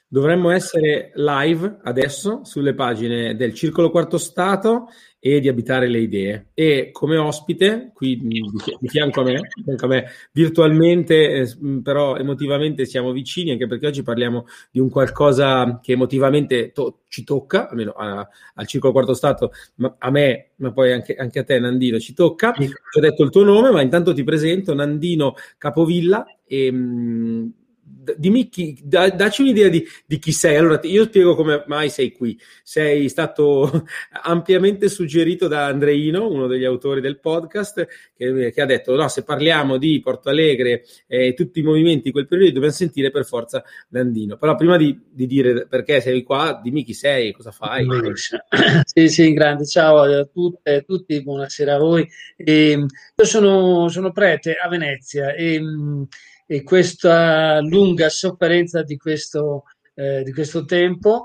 Dovremmo essere live adesso sulle pagine del Circolo Quarto Stato e di Abitare le Idee. E come ospite, qui di fianco a me, virtualmente, però emotivamente siamo vicini, anche perché oggi parliamo di un qualcosa che emotivamente ci tocca, almeno al Circolo Quarto Stato, ma a me, ma poi anche a te, Nandino, ci tocca. Ti ho detto il tuo nome, ma intanto ti presento Nandino Capovilla e dimmi dacci un'idea di chi sei. Allora, io spiego come mai sei qui. Sei stato ampiamente suggerito da Andreino, uno degli autori del podcast, che ha detto: no, se parliamo di Porto Alegre e tutti i movimenti di quel periodo dobbiamo sentire per forza Nandino. Però prima di dire perché sei qua, dimmi chi sei, cosa fai. Sì, grande, ciao a tutte e a tutti, buonasera a voi. Io sono prete a Venezia e questa lunga sofferenza di questo tempo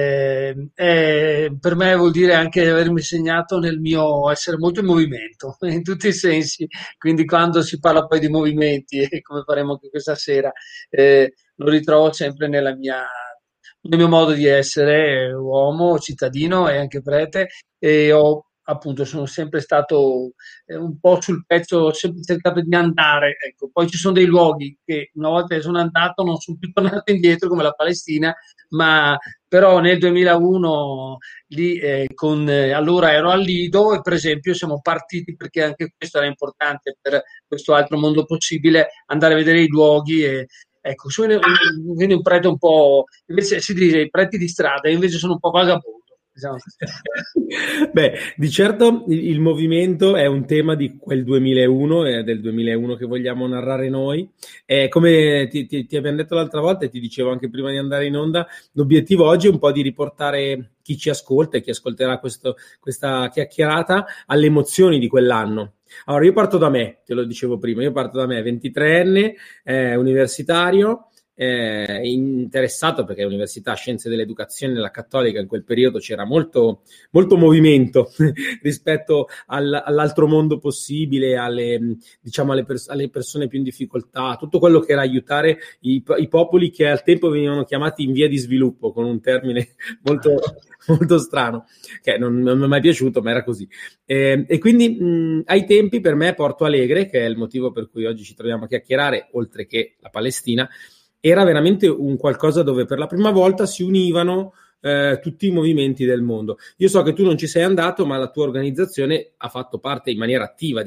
per me vuol dire anche avermi segnato nel mio essere molto in movimento, in tutti i sensi. Quindi quando si parla poi di movimenti, e come faremo anche questa sera, lo ritrovo sempre nel mio modo di essere uomo, cittadino e anche prete, e appunto sono sempre stato un po' sul pezzo, ho sempre cercato di andare, ecco. Poi ci sono dei luoghi che una volta che sono andato non sono più tornato indietro, come la Palestina, ma però nel 2001 lì allora ero al Lido, e per esempio siamo partiti perché anche questo era importante per questo altro mondo possibile, andare a vedere i luoghi. Ecco, quindi un prete un po', invece si dice i preti di strada, io invece sono un po' vagabondo, diciamo. Beh, di certo il movimento è un tema di quel 2001, è del 2001 che vogliamo narrare noi. Come ti abbiamo detto l'altra volta e ti dicevo anche prima di andare in onda, l'obiettivo oggi è un po' di riportare chi ci ascolta e chi ascolterà questa chiacchierata alle emozioni di quell'anno. Allora, io parto da me, te lo dicevo prima, io parto da me, 23enne, universitario, interessato perché all'Università Scienze dell'Educazione nella Cattolica in quel periodo c'era molto, molto movimento rispetto all'altro mondo possibile, diciamo alle persone più in difficoltà, tutto quello che era aiutare i popoli che al tempo venivano chiamati in via di sviluppo, con un termine molto, molto strano, che non mi è mai piaciuto, ma era così. E quindi ai tempi per me Porto Alegre, che è il motivo per cui oggi ci troviamo a chiacchierare, oltre che la Palestina, era veramente un qualcosa dove per la prima volta si univano tutti i movimenti del mondo. Io so che tu non ci sei andato, ma la tua organizzazione ha fatto parte in maniera attiva di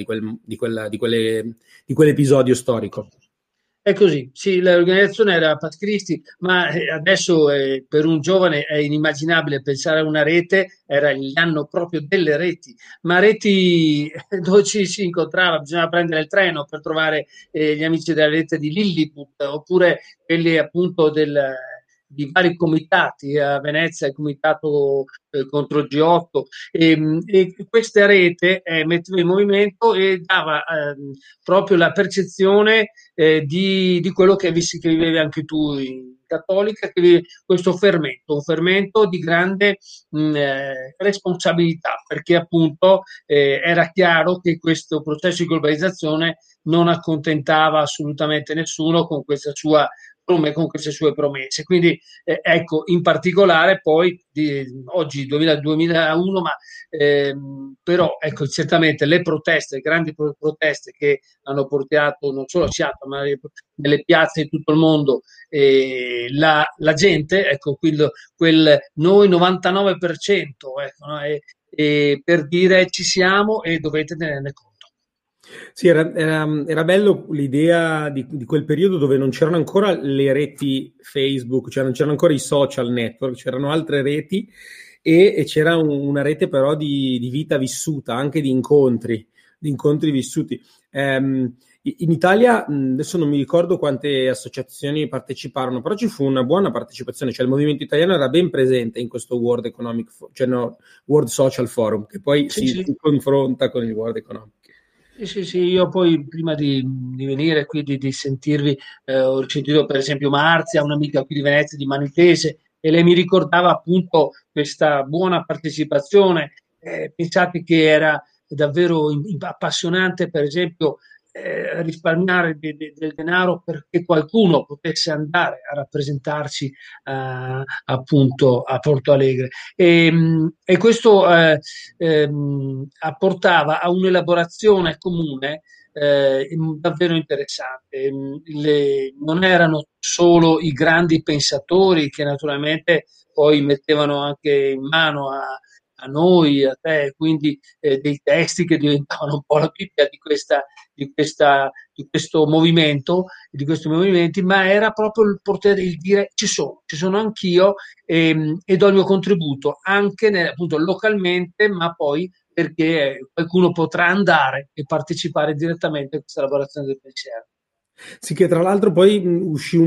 quell'episodio storico. È così, sì, l'organizzazione era Pat Christie, ma adesso per un giovane è inimmaginabile pensare a una rete, era l'anno proprio delle reti, ma reti dove ci si incontrava, bisognava prendere il treno per trovare gli amici della rete di Lilliput, oppure quelli appunto di vari comitati, a Venezia il comitato contro il G8, e questa rete metteva in movimento e dava proprio la percezione di quello che vivevi anche tu in cattolica, che vive questo un fermento di grande responsabilità, perché appunto era chiaro che questo processo di globalizzazione non accontentava assolutamente nessuno con con queste sue promesse. Quindi ecco, in particolare poi oggi 2001, ma però ecco, certamente le grandi proteste che hanno portato non solo a Seattle, ma nelle piazze di tutto il mondo, la gente, ecco, quel noi 99%, ecco, no? Per dire ci siamo e dovete tenerne conto. Sì, era bello l'idea di quel periodo dove non c'erano ancora le reti Facebook, cioè non c'erano ancora i social network, c'erano altre reti e c'era una rete però di vita vissuta, anche di incontri vissuti. In Italia, adesso non mi ricordo quante associazioni parteciparono, però ci fu una buona partecipazione, cioè il movimento italiano era ben presente in questo World Social Forum, che poi si confronta con il World Economic. Sì, io poi prima di venire qui, di sentirvi, ho sentito per esempio Marzia, un'amica qui di Venezia, di Manifese, e lei mi ricordava appunto questa buona partecipazione. Pensate che era davvero appassionante, per esempio, risparmiare del denaro perché qualcuno potesse andare a rappresentarci appunto a Porto Alegre. E questo apportava a un'elaborazione comune davvero interessante. Non erano solo i grandi pensatori che naturalmente poi mettevano anche in mano a noi, a te, quindi dei testi che diventavano un po' la Bibbia di questo movimento, di questi movimenti, ma era proprio il poter il dire ci sono anch'io e do il mio contributo anche appunto localmente, ma poi perché qualcuno potrà andare e partecipare direttamente a questa elaborazione del pensiero. Sì, che tra l'altro poi uscì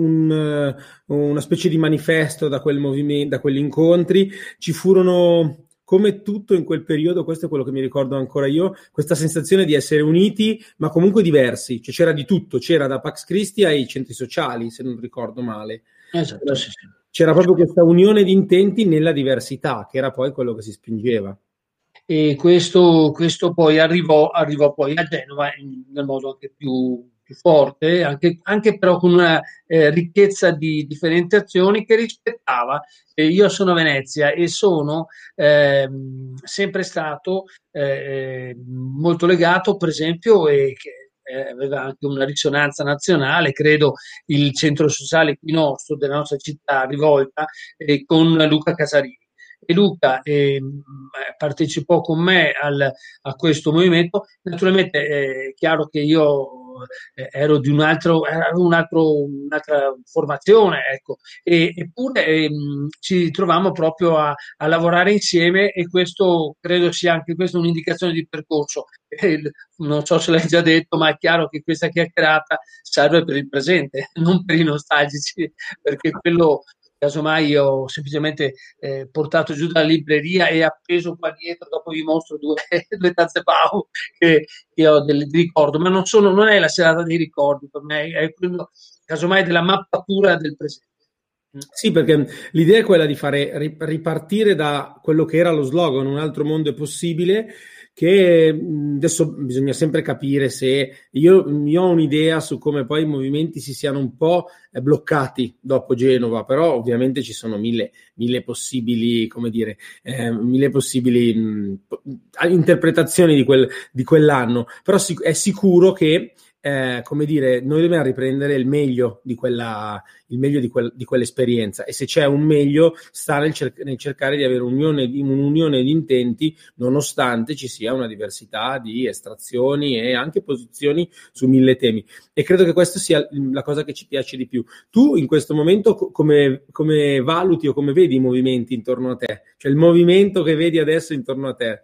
una specie di manifesto da quel movimento, da quegli incontri. Ci furono, come tutto in quel periodo, questo è quello che mi ricordo ancora io, questa sensazione di essere uniti, ma comunque diversi. Cioè c'era di tutto, c'era da Pax Christi ai centri sociali, se non ricordo male. Esatto, sì, sì. C'era proprio questa unione di intenti nella diversità, che era poi quello che si spingeva. E questo poi arrivò poi a Genova nel modo anche più forte, anche però con una ricchezza di differenziazioni che rispettava. Io sono a Venezia e sono sempre stato molto legato, per esempio, e che aveva anche una risonanza nazionale, credo il centro sociale qui nostro, della nostra città, Rivolta, con Luca Casarini. E Luca partecipò con me a questo movimento. Naturalmente è chiaro che io ero di un'altra formazione, ecco, eppure ci trovammo proprio a lavorare insieme e questo credo sia anche questa un'indicazione di percorso. Non so se l'hai già detto, ma è chiaro che questa chiacchierata serve per il presente, non per i nostalgici, perché quello casomai ho semplicemente portato giù dalla libreria e appeso qua dietro, dopo vi mostro due tazze Pau che ho di ricordo, ma non è la serata dei ricordi per me, è quello casomai della mappatura del presente. Sì, perché l'idea è quella di fare ripartire da quello che era lo slogan, un altro mondo è possibile, che adesso bisogna sempre capire se io ho un'idea su come poi i movimenti si siano un po' bloccati dopo Genova, però ovviamente ci sono mille possibili, come dire, mille possibili interpretazioni di quell'anno, però è sicuro che come dire, noi dobbiamo riprendere il meglio di quell'esperienza e se c'è un meglio sta nel cercare di avere un'unione di intenti nonostante ci sia una diversità di estrazioni e anche posizioni su mille temi e credo che questa sia la cosa che ci piace di più. Tu in questo momento come valuti o come vedi i movimenti intorno a te? Cioè il movimento che vedi adesso intorno a te?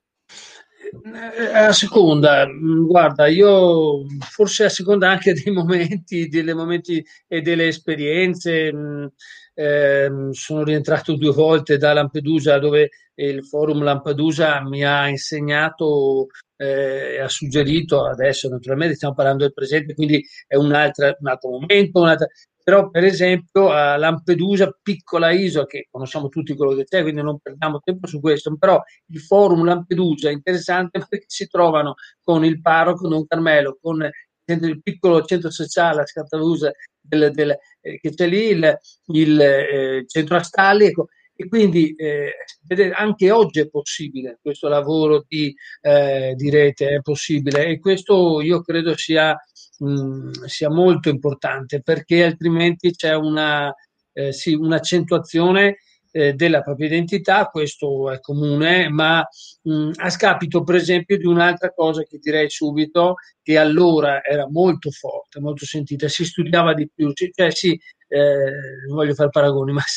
A seconda, guarda, io forse a seconda anche dei momenti e delle esperienze. Sono rientrato 2 volte da Lampedusa, dove il Forum Lampedusa mi ha insegnato e ha suggerito, adesso naturalmente stiamo parlando del presente, quindi è un altro momento, però per esempio a Lampedusa, piccola isola, che conosciamo tutti quello che c'è, quindi non perdiamo tempo su questo, però il forum Lampedusa è interessante perché si trovano con il parroco Don Carmelo, con il piccolo centro sociale a Scattalusa che c'è lì, il centro Astalli, ecco, e quindi anche oggi è possibile questo lavoro di rete, è possibile e questo io credo sia molto importante perché altrimenti c'è sì, un'accentuazione della propria identità, questo è comune, ma a scapito per esempio di un'altra cosa che direi subito, che allora era molto forte, molto sentita, si studiava di più, cioè non voglio fare paragoni, ma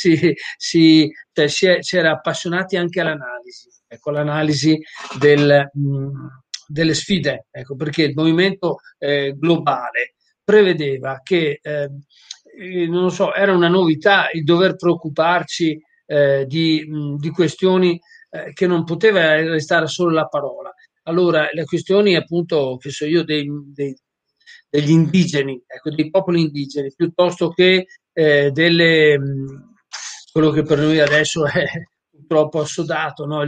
si era appassionati anche all'analisi, ecco, l'analisi delle sfide, ecco, perché il movimento globale prevedeva che non lo so, era una novità il dover preoccuparci di questioni che non poteva restare solo la parola. Allora, le questioni appunto, che so io, degli indigeni, ecco, dei popoli indigeni, piuttosto che quello che per noi adesso è purtroppo assodato, no?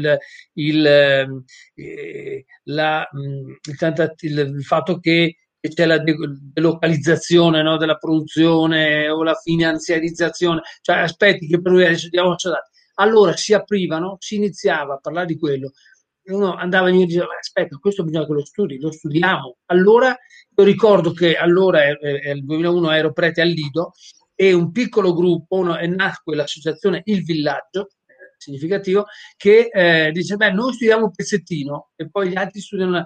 Il fatto che c'è la delocalizzazione, no, della produzione o la finanziarizzazione, cioè aspetti che per noi adesso diamo assodati. Allora si aprivano, si iniziava a parlare di quello. Uno andava e mi diceva: aspetta, questo bisogna che lo studi, lo studiamo. Allora io ricordo che allora, nel 2001, ero prete al Lido e un piccolo gruppo, e nacque l'associazione Il Villaggio, significativo, che dice: beh, noi studiamo un pezzettino e poi gli altri studiano,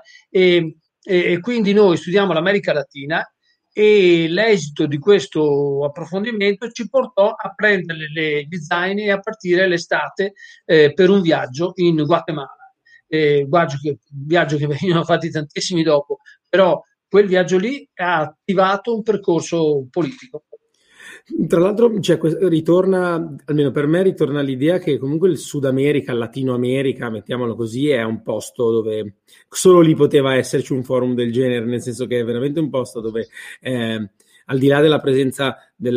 e quindi noi studiamo l'America Latina, e l'esito di questo approfondimento ci portò a prendere gli zaini e a partire l'estate per un viaggio in Guatemala. Viaggio che venivano fatti tantissimi dopo, però quel viaggio lì ha attivato un percorso politico. Tra l'altro, cioè, ritorna, almeno per me, ritorna l'idea che comunque il Sud America, il Latino America, mettiamolo così, è un posto dove solo lì poteva esserci un forum del genere, nel senso che è veramente un posto dove, al di là della presenza di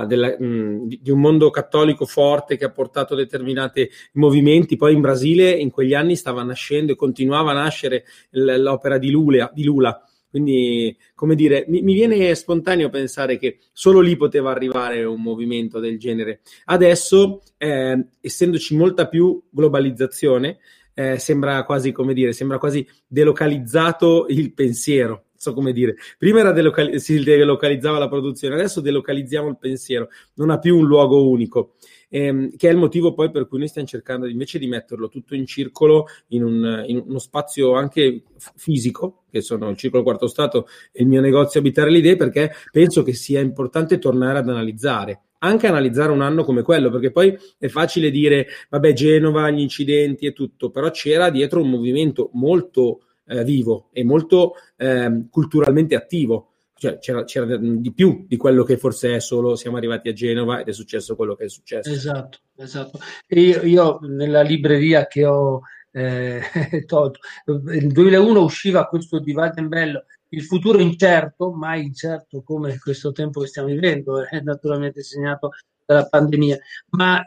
un mondo cattolico forte che ha portato determinati movimenti, poi in Brasile in quegli anni stava nascendo e continuava a nascere l'opera di Lula. Quindi, come dire, mi viene spontaneo pensare che solo lì poteva arrivare un movimento del genere. Adesso, essendoci molta più globalizzazione, sembra quasi, come dire, sembra quasi delocalizzato il pensiero. So come dire. Prima si delocalizzava la produzione, adesso delocalizziamo il pensiero. Non ha più un luogo unico. Che è il motivo poi per cui noi stiamo cercando invece di metterlo tutto in circolo in uno spazio anche fisico, che sono il Circolo Quarto Stato e il mio negozio Abitare le Idee, perché penso che sia importante tornare ad analizzare, anche analizzare un anno come quello, perché poi è facile dire vabbè, Genova, gli incidenti e tutto, però c'era dietro un movimento molto vivo e molto culturalmente attivo. Cioè, c'era di più di quello che forse è solo siamo arrivati a Genova ed è successo quello che è successo. Esatto, esatto. E io nella libreria che ho tolto, nel 2001 usciva questo di Weidenbell, Il futuro incerto, mai incerto come questo tempo che stiamo vivendo, è naturalmente segnato dalla pandemia, ma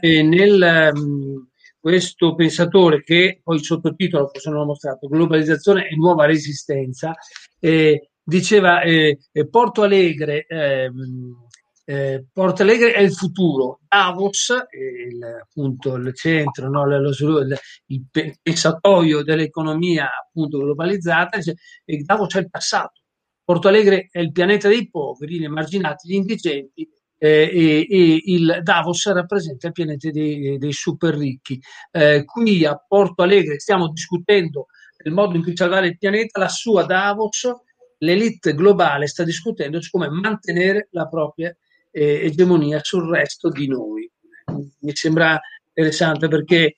questo pensatore, che poi il sottotitolo, forse non l'ho mostrato, Globalizzazione e nuova resistenza, diceva Porto Alegre è il futuro, Davos, appunto il centro, no, il pensatoio dell'economia appunto globalizzata, e Davos è il passato. Porto Alegre è il pianeta dei poveri, gli emarginati, gli indigenti, e il Davos rappresenta il pianeta dei super ricchi. Qui a Porto Alegre stiamo discutendo del modo in cui salvare il pianeta, lassù a Davos l'elite globale sta discutendo su come mantenere la propria egemonia sul resto di noi. Mi sembra interessante perché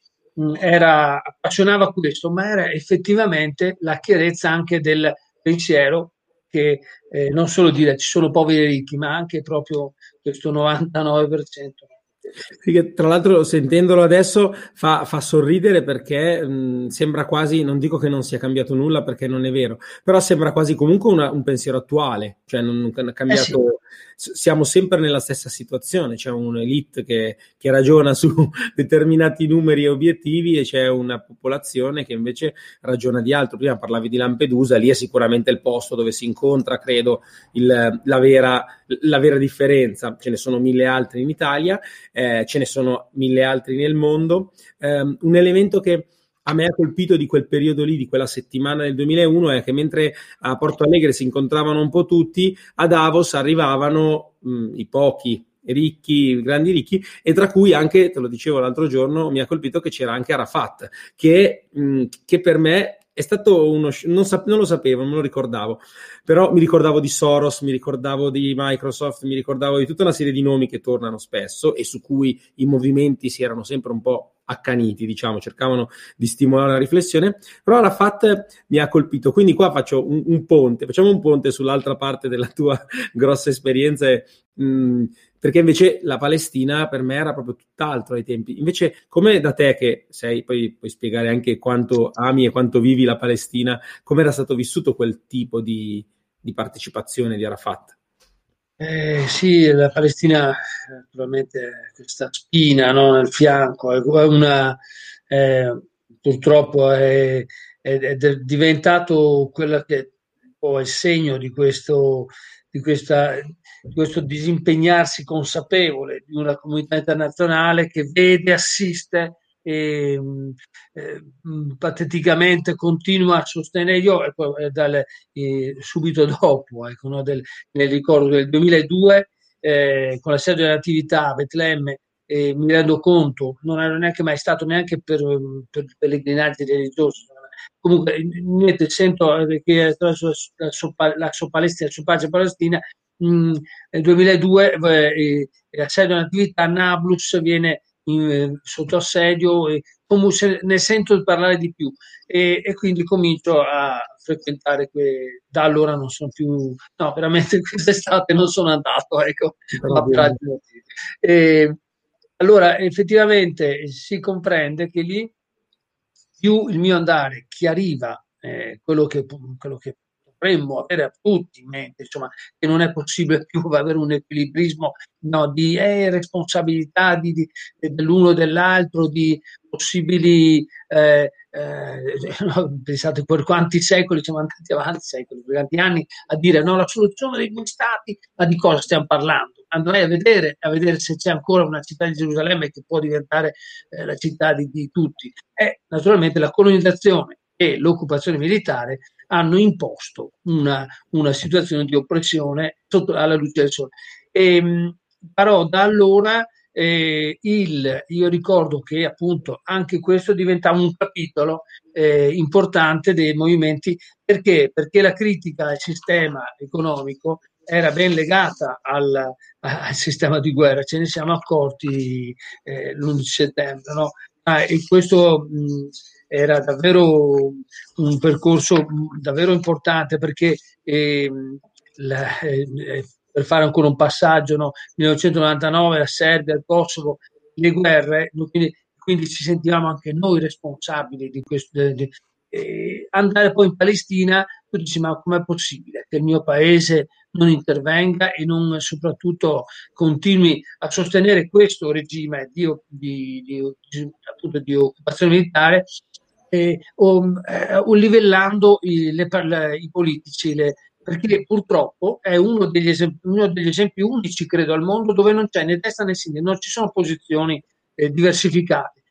appassionava questo, ma era effettivamente la chiarezza anche del pensiero, che non solo dire ci sono poveri e ricchi, ma anche proprio questo 99%. Sì, che tra l'altro sentendolo adesso fa sorridere perché sembra quasi, non dico che non sia cambiato nulla perché non è vero, però sembra quasi comunque un pensiero attuale, cioè non è cambiato, siamo sempre nella stessa situazione, c'è un'elite che ragiona su determinati numeri e obiettivi e c'è una popolazione che invece ragiona di altro. Prima parlavi di Lampedusa, lì è sicuramente il posto dove si incontra, credo, la vera differenza. Ce ne sono 1000 altri in Italia, ce ne sono 1000 altri nel mondo. Un elemento che a me ha colpito di quel periodo lì, di quella settimana del 2001, è che mentre a Porto Alegre si incontravano un po' tutti, a Davos arrivavano i pochi ricchi, grandi ricchi, e tra cui anche, te lo dicevo l'altro giorno, mi ha colpito che c'era anche Arafat, che per me è stato non lo sapevo, non me lo ricordavo, però mi ricordavo di Soros, mi ricordavo di Microsoft, mi ricordavo di tutta una serie di nomi che tornano spesso e su cui i movimenti si erano sempre un po' accaniti, diciamo, cercavano di stimolare la riflessione, però Arafat mi ha colpito. Quindi qua faccio un ponte, facciamo un ponte sull'altra parte della tua grossa esperienza, perché invece la Palestina per me era proprio tutt'altro ai tempi. Invece, come da te che sei, poi puoi spiegare anche quanto ami e quanto vivi la Palestina, come era stato vissuto quel tipo di partecipazione di Arafat? Sì, la Palestina naturalmente questa spina, no, nel fianco, è purtroppo è diventato quella che è un po' il segno di questo disimpegnarsi consapevole di una comunità internazionale che vede, assiste e pateticamente continua a sostenere. Io ecco, subito dopo, ecco, no, nel ricordo del 2002, con la sede dell'attività a Betlemme, mi rendo conto, non ero neanche mai stato neanche per pellegrinaggi religiosi. Comunque, niente, sento che attraverso la Palestina, su Pace Palestina, nel 2002 la sede dell'attività a Nablus viene sotto assedio, e comunque ne sento parlare di più e quindi comincio a frequentare da allora non sono più, no, veramente quest'estate non sono andato, ecco, ma per altri motivi. Allora effettivamente si comprende che lì più il mio andare chiariva quello che dovremmo avere a tutti in mente, insomma, che non è possibile più avere un equilibrismo, no, di responsabilità dell'uno e dell'altro, di possibili no, pensate per quanti secoli siamo andati avanti, secoli, per tanti anni a dire no, la soluzione dei due stati, ma di cosa stiamo parlando? Andrei a vedere se c'è ancora una città di Gerusalemme che può diventare la città di tutti. E naturalmente la colonizzazione e l'occupazione militare hanno imposto una situazione di oppressione alla luce del sole. Però da allora io ricordo che appunto anche questo diventava un capitolo importante dei movimenti, perché la critica al sistema economico era ben legata al sistema di guerra, ce ne siamo accorti l'11 settembre, no? E questo era davvero un percorso davvero importante, perché per fare ancora un passaggio, no? 1999 la Serbia, il Kosovo, le guerre, quindi ci sentivamo anche noi responsabili di questo. Andare poi in Palestina, tu dici ma com'è possibile che il mio paese non intervenga e non soprattutto continui a sostenere questo regime appunto di occupazione militare, o livellando i politici, perché purtroppo è uno degli esempi unici, credo, al mondo dove non c'è né destra né sinistra, non ci sono posizioni diversificate.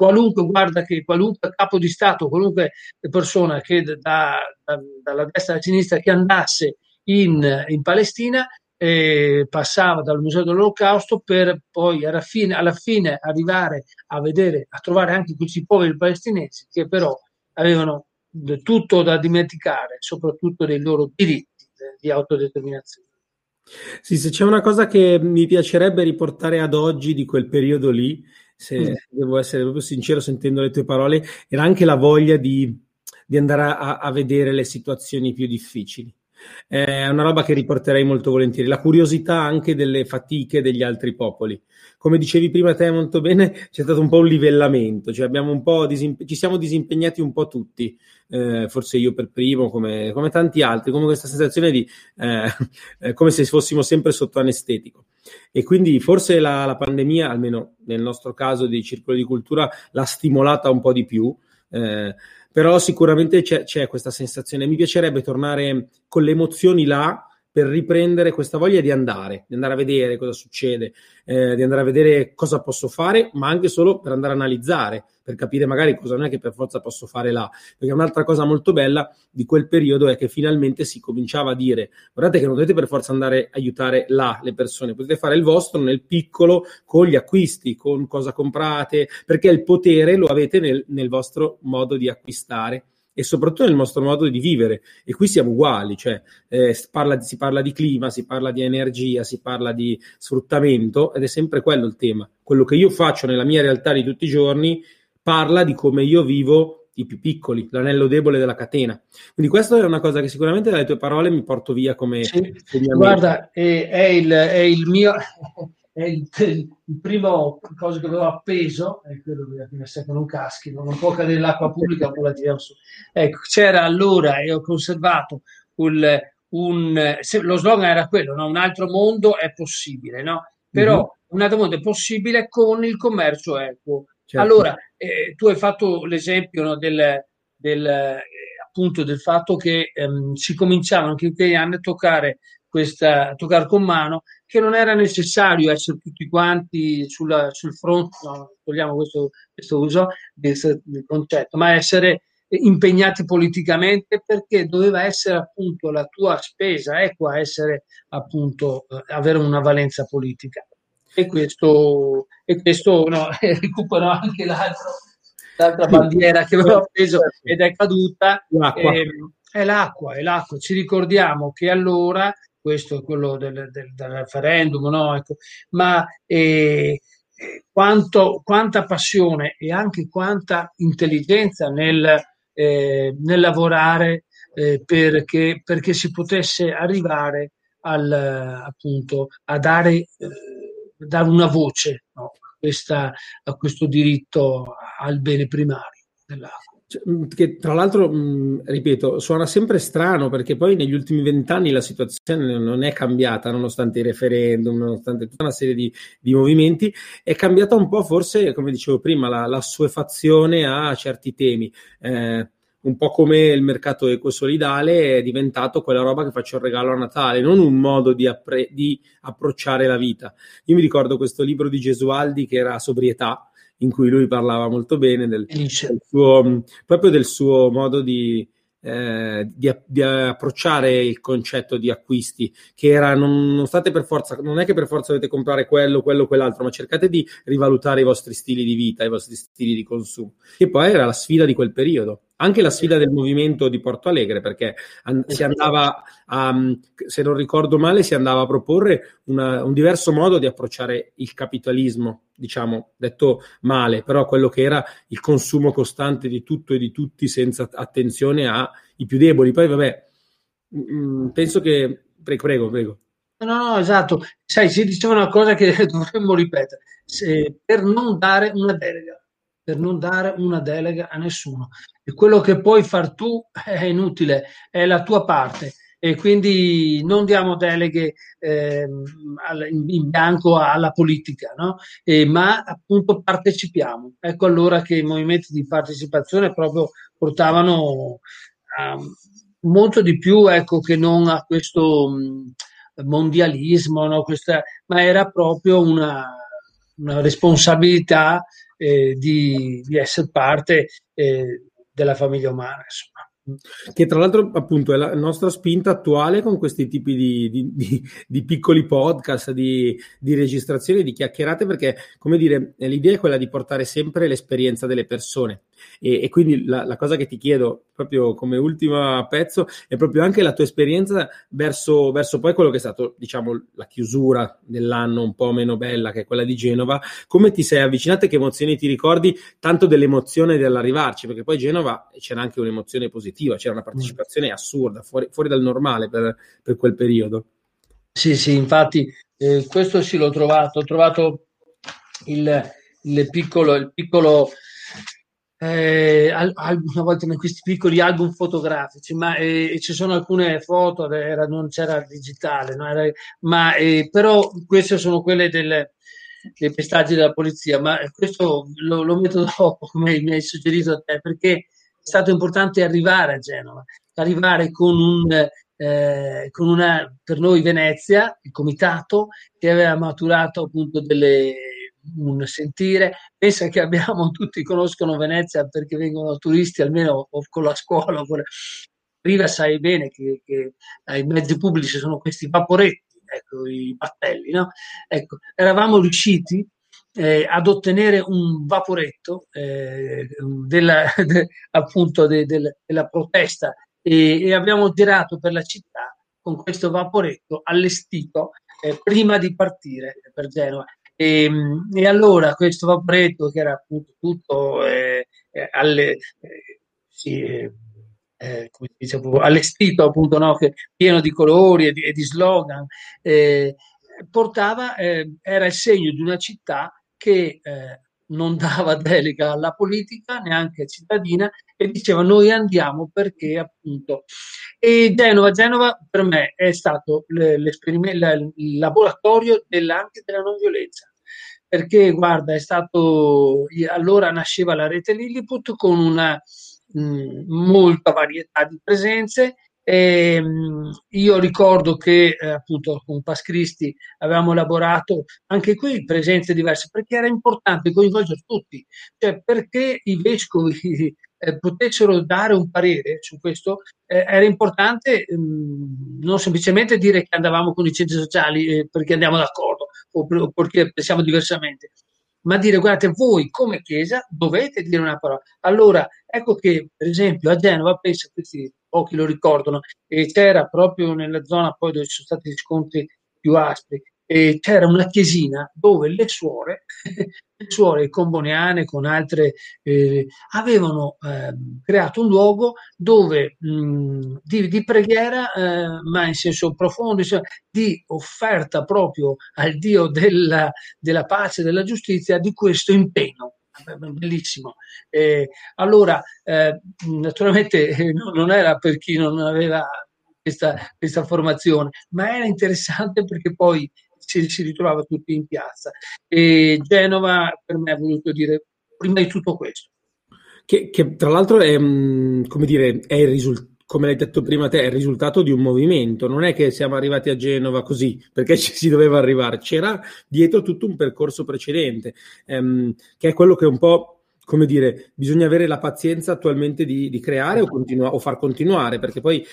Qualunque capo di Stato, qualunque persona che dalla destra alla sinistra che andasse in Palestina passava dal Museo dell'Olocausto per poi alla fine arrivare a trovare anche questi poveri palestinesi che però avevano tutto da dimenticare, soprattutto dei loro diritti di autodeterminazione. Sì, se c'è una cosa che mi piacerebbe riportare ad oggi di quel periodo lì, se devo essere proprio sincero sentendo le tue parole, era anche la voglia di andare a vedere le situazioni più difficili. È una roba che riporterei molto volentieri, la curiosità anche delle fatiche degli altri popoli. Come dicevi prima te molto bene, c'è stato un po' un livellamento, cioè abbiamo un po' ci siamo disimpegnati un po' tutti, forse io per primo, come tanti altri, come questa sensazione di come se fossimo sempre sotto anestetico. E quindi forse la pandemia, almeno nel nostro caso di Circolo di Cultura, l'ha stimolata un po' di più. Però sicuramente c'è questa sensazione. Mi piacerebbe tornare con le emozioni là per riprendere questa voglia di andare a vedere cosa succede, di andare a vedere cosa posso fare, ma anche solo per andare a analizzare, per capire magari cosa non è che per forza posso fare là. Perché un'altra cosa molto bella di quel periodo è che finalmente si cominciava a dire: guardate che non dovete per forza andare a aiutare là le persone, potete fare il vostro nel piccolo, con gli acquisti, con cosa comprate, perché il potere lo avete nel vostro modo di acquistare e soprattutto nel nostro modo di vivere. E qui siamo uguali, cioè si parla di clima, si parla di energia, si parla di sfruttamento, ed è sempre quello il tema. Quello che io faccio nella mia realtà di tutti i giorni parla di come io vivo i più piccoli, l'anello debole della catena. Quindi questa è una cosa che sicuramente dalle tue parole mi porto via come sì. Guarda, è il mio è il primo cosa che avevo appeso, è quello che non caschi, non può cadere l'acqua pubblica, poi la tiriamo su. Ecco, c'era allora, e ho conservato lo slogan era quello, no? Un altro mondo è possibile, no? Però un altro mondo è possibile con il commercio equo. certo. Allora, tu hai fatto l'esempio, no, appunto del fatto che si cominciavano anche in quegli anni a a toccare con mano, che non era necessario essere tutti quanti sul fronte, no, togliamo questo uso del concetto, ma essere impegnati politicamente, perché doveva essere appunto la tua spesa equa, essere appunto avere una valenza politica. E questo no, recupero anche l'altra Sì, bandiera che avevo preso certo. ed è caduta. L'acqua. È l'acqua, è l'acqua. Ci ricordiamo che allora, questo è quello del referendum, no? Ecco, ma quanta passione e anche quanta intelligenza nel lavorare perché si potesse arrivare appunto a dare una voce, no, a questo diritto al bene primario dell'acqua. Cioè, che tra l'altro, ripeto, suona sempre strano perché poi negli ultimi 20 anni la situazione non è cambiata, nonostante i referendum, nonostante tutta una serie di movimenti, è cambiata un po', forse, come dicevo prima, la assuefazione a certi temi. Un po' come il mercato ecosolidale è diventato quella roba che faccio il regalo a Natale, non un modo di approcciare la vita. Io mi ricordo questo libro di Gesualdi che era Sobrietà, in cui lui parlava molto bene Felice. proprio del suo modo di approcciare il concetto di acquisti, che era non state per forza, non è che per forza dovete comprare quello, quell'altro, ma cercate di rivalutare i vostri stili di vita, i vostri stili di consumo. Che poi era la sfida di quel periodo. Anche la sfida del movimento di Porto Alegre, perché si andava se non ricordo male, si andava a proporre un diverso modo di approcciare il capitalismo, diciamo, detto male, però quello che era il consumo costante di tutto e di tutti senza attenzione ai più deboli. Poi, vabbè, penso che... Prego. No, no, esatto. Sai, si diceva una cosa che dovremmo ripetere, per non dare una delega, per non dare una delega a nessuno. E quello che puoi far tu è inutile, è la tua parte. E quindi non diamo deleghe in bianco alla politica, no? Ma appunto partecipiamo. Ecco allora che i movimenti di partecipazione proprio portavano a molto di più, ecco, che non a questo mondialismo, no? Ma era proprio una responsabilità di essere parte della famiglia umana, insomma. Che tra l'altro appunto è la nostra spinta attuale con questi tipi di piccoli podcast, di registrazioni, di chiacchierate, perché come dire, l'idea è quella di portare sempre l'esperienza delle persone e quindi la cosa che ti chiedo proprio come ultimo pezzo è proprio anche la tua esperienza verso poi quello che è stato, diciamo, la chiusura dell'anno un po' meno bella, che è quella di Genova. Come ti sei avvicinata e che emozioni ti ricordi, tanto dell'emozione dell'arrivarci, perché poi Genova c'era anche un'emozione positiva, c'era una partecipazione assurda, fuori dal normale per quel periodo. Sì, sì, infatti questo sì l'ho trovato, ho trovato il, il piccolo una volta in questi piccoli album fotografici, ma ci sono alcune foto, non c'era digitale, no? Però queste sono quelle dei pestaggi della polizia, ma questo lo metto dopo, come mi hai suggerito a te, perché è stato importante arrivare a Genova, arrivare con una, per noi Venezia, il comitato, che aveva maturato appunto un sentire. Pensa che abbiamo, tutti conoscono Venezia perché vengono turisti, almeno o con la scuola. Riva sai bene che ai mezzi pubblici sono questi vaporetti, ecco, i battelli, no? Ecco, eravamo riusciti ad ottenere un vaporetto appunto della protesta e abbiamo girato per la città con questo vaporetto allestito prima di partire per Genova. E allora questo vaporetto che era appunto tutto sì, come si dice, allestito appunto, no, pieno di colori e di slogan, era il segno di una città che non dava delega alla politica, neanche cittadina, e diceva noi andiamo perché appunto. E Genova per me è stato il laboratorio anche della non violenza. perché guarda, allora nasceva la rete Lilliput con una molta varietà di presenze. Io ricordo che appunto con Pascristi avevamo elaborato anche qui presenze diverse, perché era importante coinvolgere tutti, cioè perché i vescovi potessero dare un parere su questo. Era importante non semplicemente dire che andavamo con i centri sociali perché andiamo d'accordo o perché pensiamo diversamente, ma dire guardate, voi come Chiesa dovete dire una parola. Allora, ecco che per esempio a Genova, penso, questi pochi lo ricordano, e c'era proprio nella zona poi dove ci sono stati gli scontri più aspri, e c'era una chiesina dove le suore, le suore comboniane con altre, avevano creato un luogo dove di preghiera, ma in senso profondo, di offerta proprio al Dio della pace e della giustizia di questo impegno. Bellissimo. Allora, naturalmente non era per chi non aveva questa formazione, ma era interessante perché poi si ritrovava tutti in piazza. E Genova per me ha voluto dire prima di tutto questo. Che tra l'altro è, come dire, è il risultato. Come l'hai detto prima te, è il risultato di un movimento, non è che siamo arrivati a Genova così, perché ci si doveva arrivare, c'era dietro tutto un percorso precedente, che è quello che un po', come dire, bisogna avere la pazienza attualmente di creare o far continuare, perché poi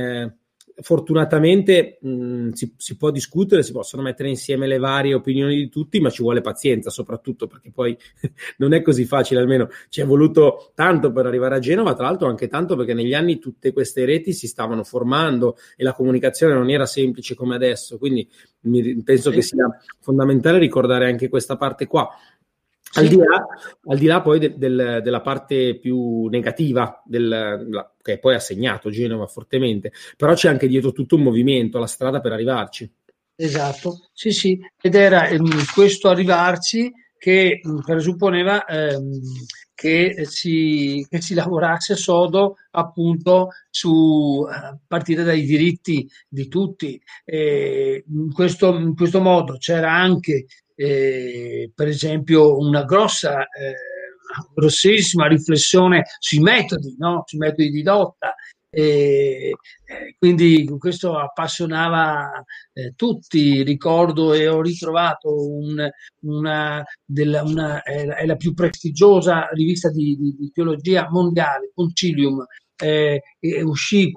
fortunatamente si può discutere, si possono mettere insieme le varie opinioni di tutti, ma ci vuole pazienza soprattutto perché poi non è così facile, almeno ci è voluto tanto per arrivare a Genova, tra l'altro anche tanto perché negli anni tutte queste reti si stavano formando e la comunicazione non era semplice come adesso, quindi penso che sia fondamentale ricordare anche questa parte qua. Al di là poi della parte più negativa che poi ha segnato Genova fortemente, però c'è anche dietro tutto un movimento, la strada per arrivarci. Esatto, sì, sì, ed era questo arrivarci che presupponeva che si lavorasse sodo appunto a partire dai diritti di tutti. In questo modo c'era anche per esempio una grossissima riflessione sui metodi, no? Sui metodi di lotta. Quindi questo appassionava tutti. Ricordo e ho ritrovato è la più prestigiosa rivista di teologia mondiale, Concilium, e uscì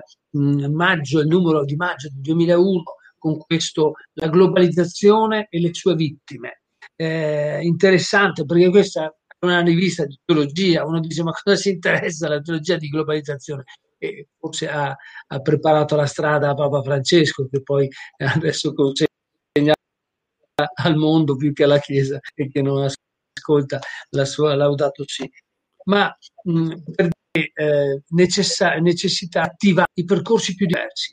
il numero di maggio del 2001 con questo La globalizzazione e le sue vittime. Interessante perché questa è una rivista di teologia, uno dice ma cosa si interessa la teologia di globalizzazione? E forse ha preparato la strada a Papa Francesco che poi adesso consegna al mondo più che alla Chiesa e che non ascolta la sua Laudato Si. Ma perché necessità attiva i percorsi più diversi.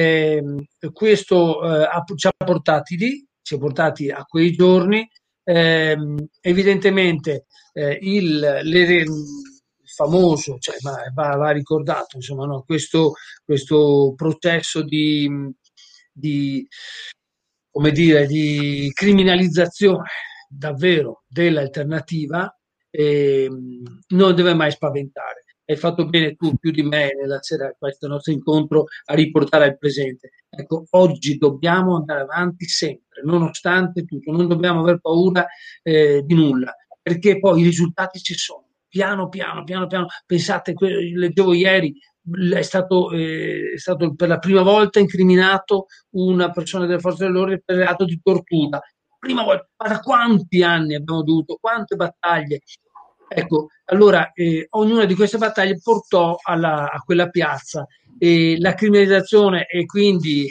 Questo ci ha portati lì, ci ha portati a quei giorni. Evidentemente il famoso, cioè, va ricordato, insomma, no? questo processo di, come dire, di criminalizzazione davvero dell'alternativa non deve mai spaventare. Hai fatto bene tu più di me nella sera di questo nostro incontro a riportare al presente. Ecco, oggi dobbiamo andare avanti sempre, nonostante tutto, non dobbiamo aver paura di nulla, perché poi i risultati ci sono. Piano piano. Pensate, leggevo ieri, è stato per la prima volta incriminato una persona delle forze dell'ordine per reato di tortura. Prima volta, ma da quanti anni abbiamo dovuto, quante battaglie. Ecco, allora ognuna di queste battaglie portò a quella piazza e la criminalizzazione e quindi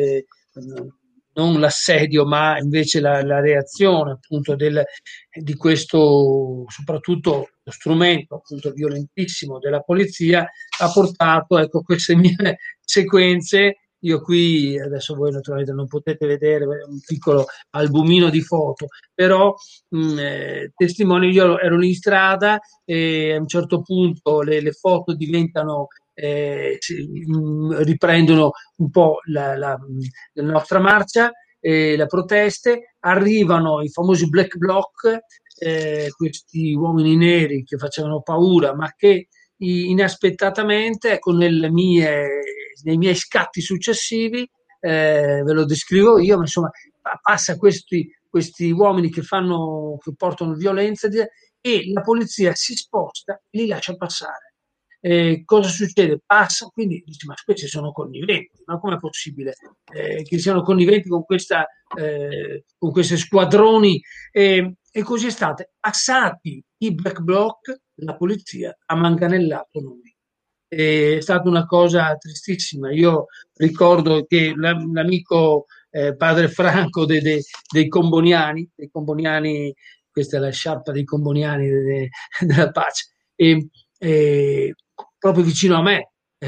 non l'assedio, ma invece la reazione appunto di questo, soprattutto lo strumento appunto violentissimo della polizia, ha portato ecco queste mie sequenze. Io qui, adesso voi naturalmente non potete vedere un piccolo albumino di foto, però testimoni, io ero lì in strada e a un certo punto le foto diventano riprendono un po' la nostra marcia le proteste, arrivano i famosi black bloc, questi uomini neri che facevano paura, ma che inaspettatamente, ecco, nei miei scatti successivi, ve lo descrivo io, ma insomma, passa questi uomini che portano violenza e la polizia si sposta e li lascia passare. Cosa succede? Passa, quindi dici, ma questi sono conniventi, ma com'è possibile che siano conniventi con questi squadroni? E così è stato. Passati i black bloc, la polizia ha manganellato noi. È stata una cosa tristissima. Io ricordo che l'amico padre Franco dei Comboniani, questa è la sciarpa dei Comboniani della pace, e proprio vicino a me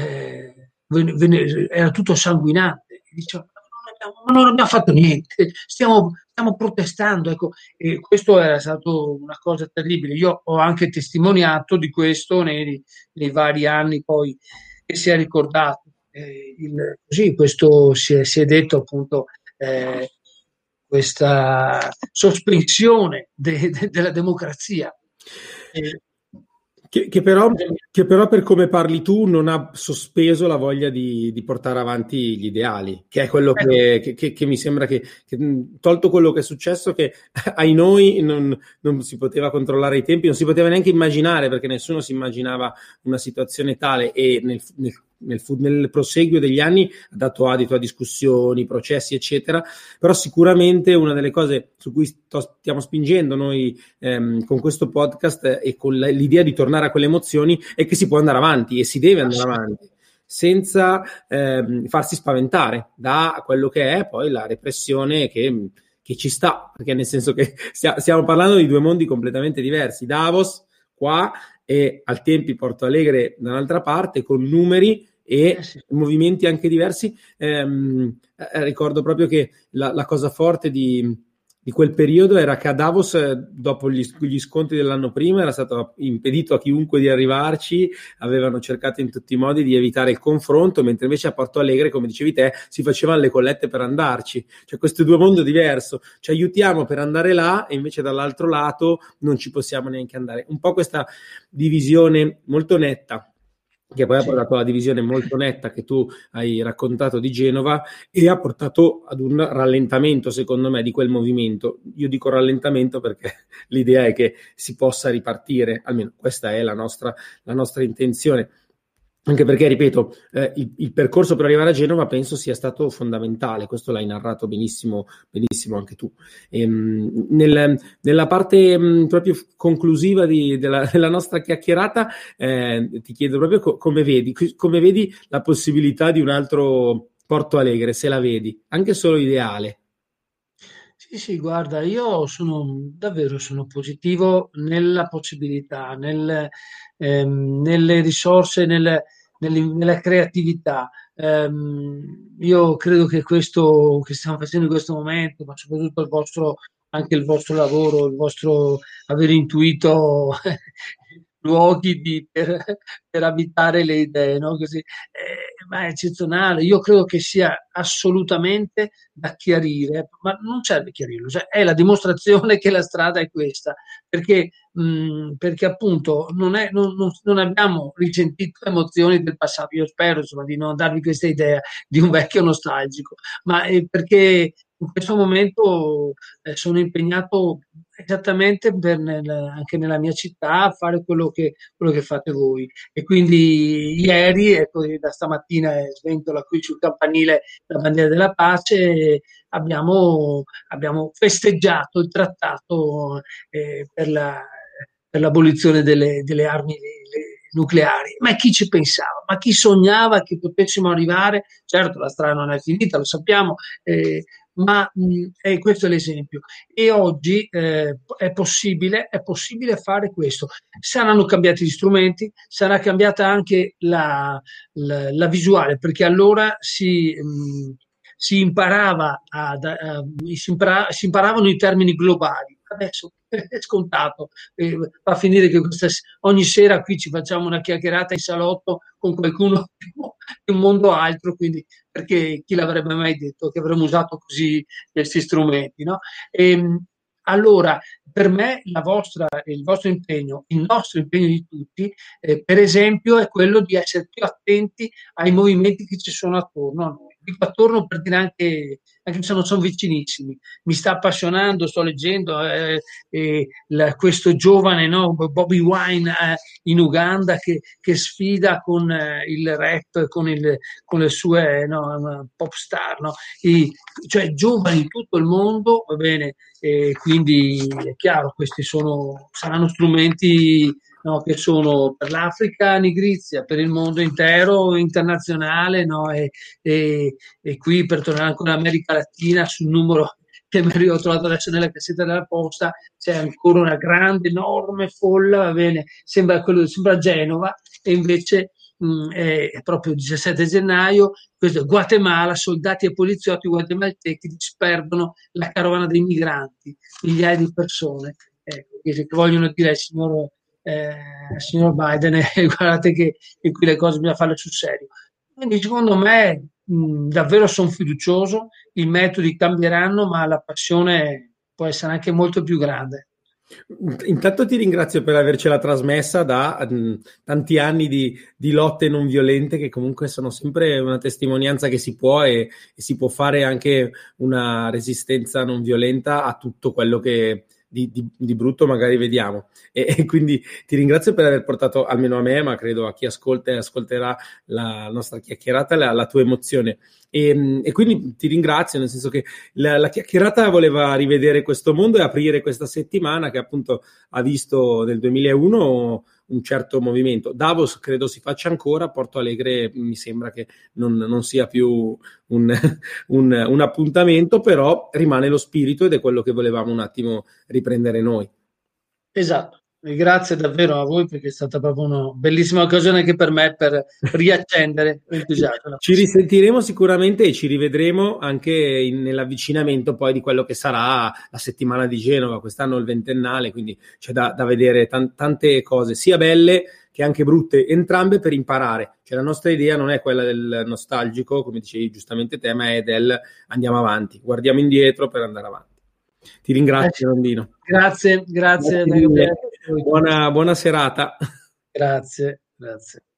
era tutto sanguinante. E dicevo, ma non abbiamo fatto niente, stiamo protestando. Ecco, e questo era stato una cosa terribile. Io ho anche testimoniato di questo nei vari anni poi che si è ricordato. Così questo si è detto appunto, questa sospensione della democrazia. Che però per come parli tu non ha sospeso la voglia di portare avanti gli ideali, che è quello che mi sembra che tolto quello che è successo, che ai noi non si poteva controllare i tempi, non si poteva neanche immaginare, perché nessuno si immaginava una situazione tale, e nel proseguio degli anni ha dato adito a discussioni, processi, eccetera. Però sicuramente una delle cose su cui stiamo spingendo noi con questo podcast e con l'idea di tornare a quelle emozioni è che si può andare avanti e si deve andare avanti senza farsi spaventare da quello che è poi la repressione che ci sta, perché nel senso che stiamo parlando di due mondi completamente diversi. Davos qua e al tempi Porto Alegre da un'altra parte, con numeri e movimenti anche diversi. Ricordo proprio che la cosa forte di quel periodo era che a Davos, dopo gli scontri dell'anno prima, era stato impedito a chiunque di arrivarci, avevano cercato in tutti i modi di evitare il confronto, mentre invece a Porto Alegre, come dicevi te, si facevano le collette per andarci. Cioè questo due mondi diverso, ci aiutiamo per andare là e invece dall'altro lato non ci possiamo neanche andare. Un po' questa divisione molto netta, che poi ha portato alla divisione molto netta che tu hai raccontato di Genova, e ha portato ad un rallentamento, secondo me, di quel movimento. Io dico rallentamento perché l'idea è che si possa ripartire, almeno questa è la nostra intenzione. Anche perché, ripeto, il percorso per arrivare a Genova penso sia stato fondamentale, questo l'hai narrato benissimo anche tu. Nella parte proprio conclusiva della nostra chiacchierata, ti chiedo proprio come vedi la possibilità di un altro Porto Alegre, se la vedi, anche solo ideale. Sì, guarda, io davvero sono positivo nella possibilità, nelle risorse, nella creatività. Io credo che questo che stiamo facendo in questo momento, ma soprattutto anche il vostro lavoro, il vostro aver intuito luoghi per abitare le idee, no? Così, ma è eccezionale. Io credo che sia assolutamente da chiarire, ma non serve chiarirlo, cioè è la dimostrazione che la strada è questa, perché appunto non abbiamo risentito emozioni del passato. Io spero, insomma, di non darvi questa idea di un vecchio nostalgico, ma perché in questo momento sono impegnato esattamente anche nella mia città a fare quello che fate voi. E quindi ieri, ecco, da stamattina sventola qui sul campanile la bandiera della pace, e abbiamo festeggiato il trattato per l'abolizione delle armi nucleari. Ma chi ci pensava? Ma chi sognava che potessimo arrivare? Certo, la strada non è finita, lo sappiamo, ma questo è l'esempio. E oggi è possibile fare questo. Saranno cambiati gli strumenti, sarà cambiata anche la visuale, perché allora si imparavano i termini globali. Adesso è scontato, va a finire che ogni sera qui ci facciamo una chiacchierata in salotto con qualcuno di un mondo altro, quindi perché chi l'avrebbe mai detto che avremmo usato così questi strumenti, no? Allora, per me il vostro impegno, il nostro impegno di tutti, per esempio, è quello di essere più attenti ai movimenti che ci sono attorno a noi. Dico attorno per dire anche se non sono vicinissimi. Mi sta appassionando, sto leggendo questo giovane, no, Bobby Wine in Uganda che sfida con il rap, con le sue no, pop star, no? Cioè giovani di tutto il mondo, va bene, e quindi è chiaro, saranno strumenti, no, che sono per l'Africa nigrizia, per il mondo intero, internazionale, no, e qui per tornare ancora in America Latina sul numero che mi ho trovato adesso nella cassetta della posta, c'è ancora una grande, enorme folla, va bene, sembra Genova, e invece è proprio il 17 gennaio, questo è Guatemala, soldati e poliziotti guatemaltechi disperdono la carovana dei migranti, migliaia di persone, che vogliono dire al signor Biden, guardate che qui le cose bisogna farle sul serio. Quindi secondo me davvero sono fiducioso, i metodi cambieranno, ma la passione può essere anche molto più grande. Intanto ti ringrazio per avercela trasmessa da tanti anni di lotte non violente, che comunque sono sempre una testimonianza che si può e si può fare anche una resistenza non violenta a tutto quello che di brutto magari vediamo. E quindi ti ringrazio per aver portato, almeno a me, ma credo a chi ascolta e ascolterà la nostra chiacchierata, la tua emozione. E quindi ti ringrazio, nel senso che la chiacchierata voleva rivedere questo mondo e aprire questa settimana che appunto ha visto nel 2001 un certo movimento. Davos credo si faccia ancora, Porto Alegre mi sembra che non sia più un appuntamento, però rimane lo spirito ed è quello che volevamo un attimo riprendere noi. Esatto, e grazie davvero a voi perché è stata proprio una bellissima occasione anche per me per riaccendere l'entusiasmo. Ci risentiremo sicuramente e ci rivedremo anche nell'avvicinamento poi di quello che sarà la settimana di Genova, quest'anno il ventennale, quindi c'è da vedere tante cose, sia belle che anche brutte, entrambe per imparare. Cioè la nostra idea non è quella del nostalgico, come dicevi giustamente te, ma è del andiamo avanti, guardiamo indietro per andare avanti. Ti ringrazio, Rondino. Grazie. Buona serata. Grazie.